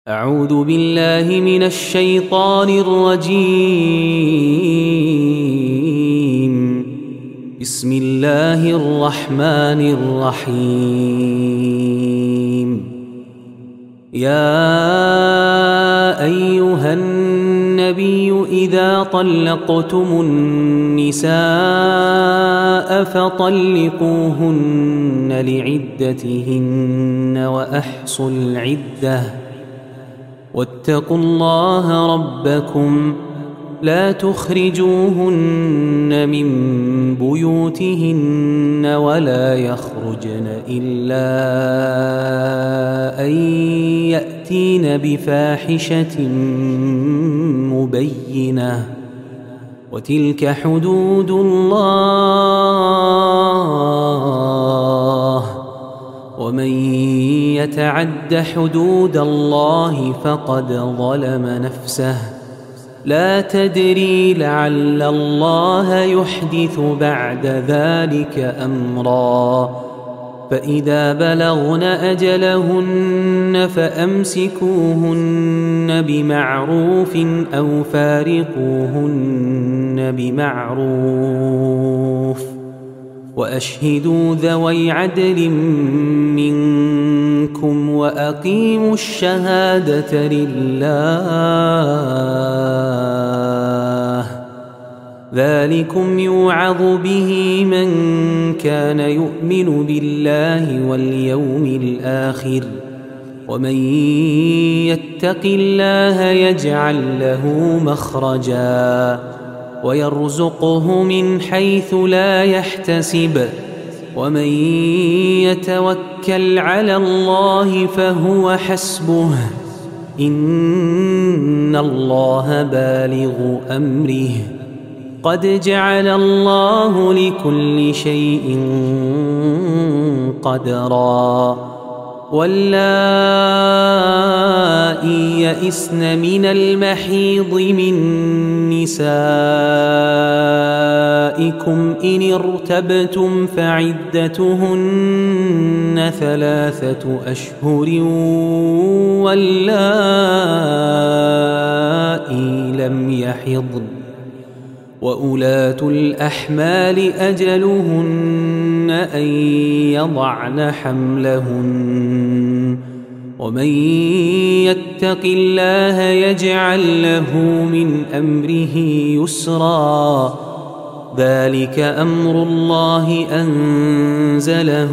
أعوذ بالله من الشيطان الرجيم. بسم الله الرحمن الرحيم. يا أيها النبي إذا طلقتم النساء فطلقوهن لعدتهن وأحصوا العدة واتقوا الله ربكم لا تخرجوهن من بيوتهن ولا يخرجن إلا أن يأتين بفاحشة مبينة وتلك حدود الله ومن يتعد حدود الله فقد ظلم نفسه لا تدري لعل الله يحدث بعد ذلك أمرا فإذا بلغن أجلهن فأمسكوهن بمعروف أو فارقوهن بمعروف وأشهدوا ذوي عدل منكم وأقيموا الشهادة لله ذلكم يوعظ به من كان يؤمن بالله واليوم الآخر ومن يتق الله يجعل له مخرجا ويرزقه من حيث لا يحتسب ومن يتوكل على الله فهو حسبه إن الله بالغ أمره قد جعل الله لكل شيء قدرا واللائي يئسن من المحيض من نسائكم إن ارتبتم فعدتهن 3 أشهر واللائي لم يحضن وأولاة الأحمال أجلهن أن يضعن حملهن ومن يتق الله يجعل له من أمره يسرا ذلك أمر الله أنزله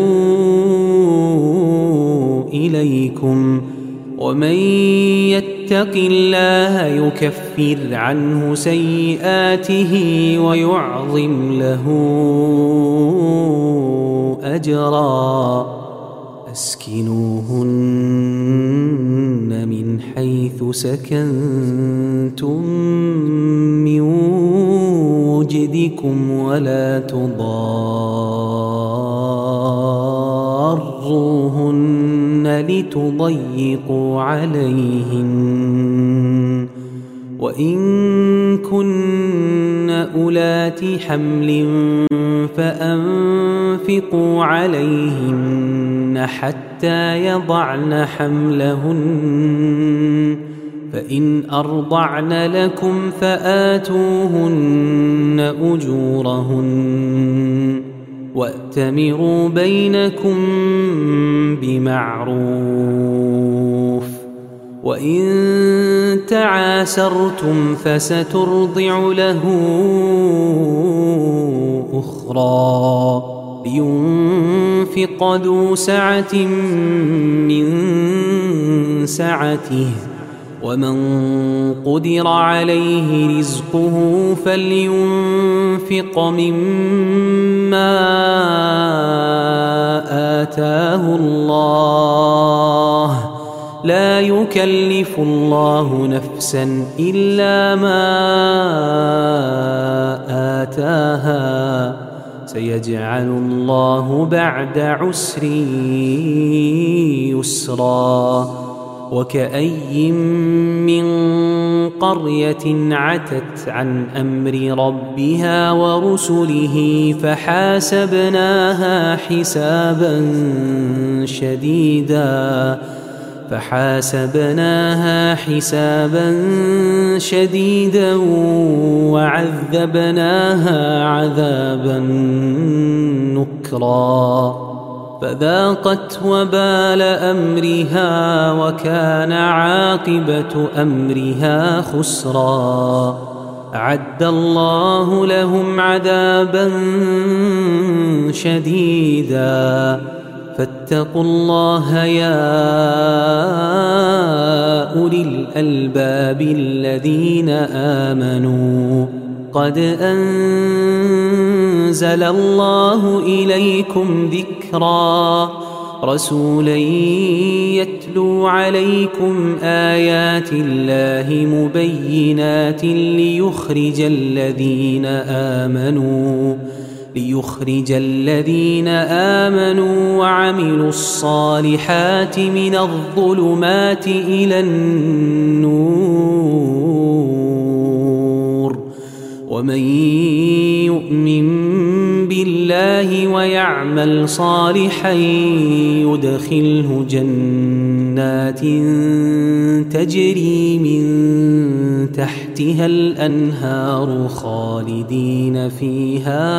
إليكم ومن يتق الله يكفر عنه سيئاته ويعظم له أجرا أسكنوهن من حيث سكنتم من وجدكم ولا تضاروهن لتضيقوا عليهن وإن كن أولات حمل فأنفقوا عليهن حتى يضعن حملهن فإن أرضعن لكم فآتوهن أجورهن وأتمروا بينكم بمعروف وإن تعاسرتم فسترضع له أخرى لينفق ذو سعة من سعته ومن قدر عليه رزقه فلينفق مما آتاه الله لا يكلف الله نفسا إلا ما آتاها سيجعل الله بعد عسر يسرا وكأي من قرية عتت عن أمر ربها ورسله فحاسبناها حسابا شديدا فحاسبناها حسابا شديدا وعذبناها عذابا نكرا فذاقت وبال أمرها وكان عاقبة أمرها خسرا أعد الله لهم عذابا شديدا فاتقوا الله يا أولي الألباب الذين آمنوا قد أنزل الله إليكم ذكرا رسولا يتلو عليكم آيات الله مبينات ليخرج الذين آمنوا وعملوا الصالحات من الظلمات إلى النور ومن يؤمن بالله ويعمل صالحا يدخله جنات تجري من تحتها الأنهار خالدين فيها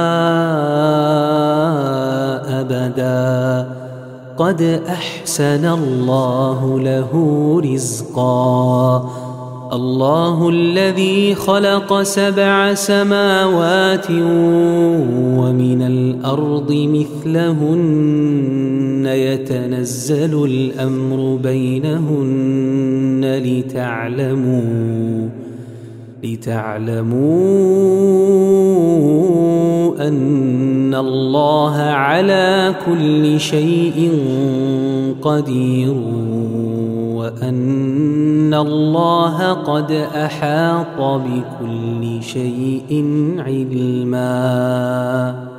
أبدا قد أحسن الله له رزقا الله الذي خلق 7 سماوات ومن الأرض مثلهن يتنزل الأمر بينهن لتعلموا أن الله على كل شيء قدير وأن الله قد أحاط بكل شيء علما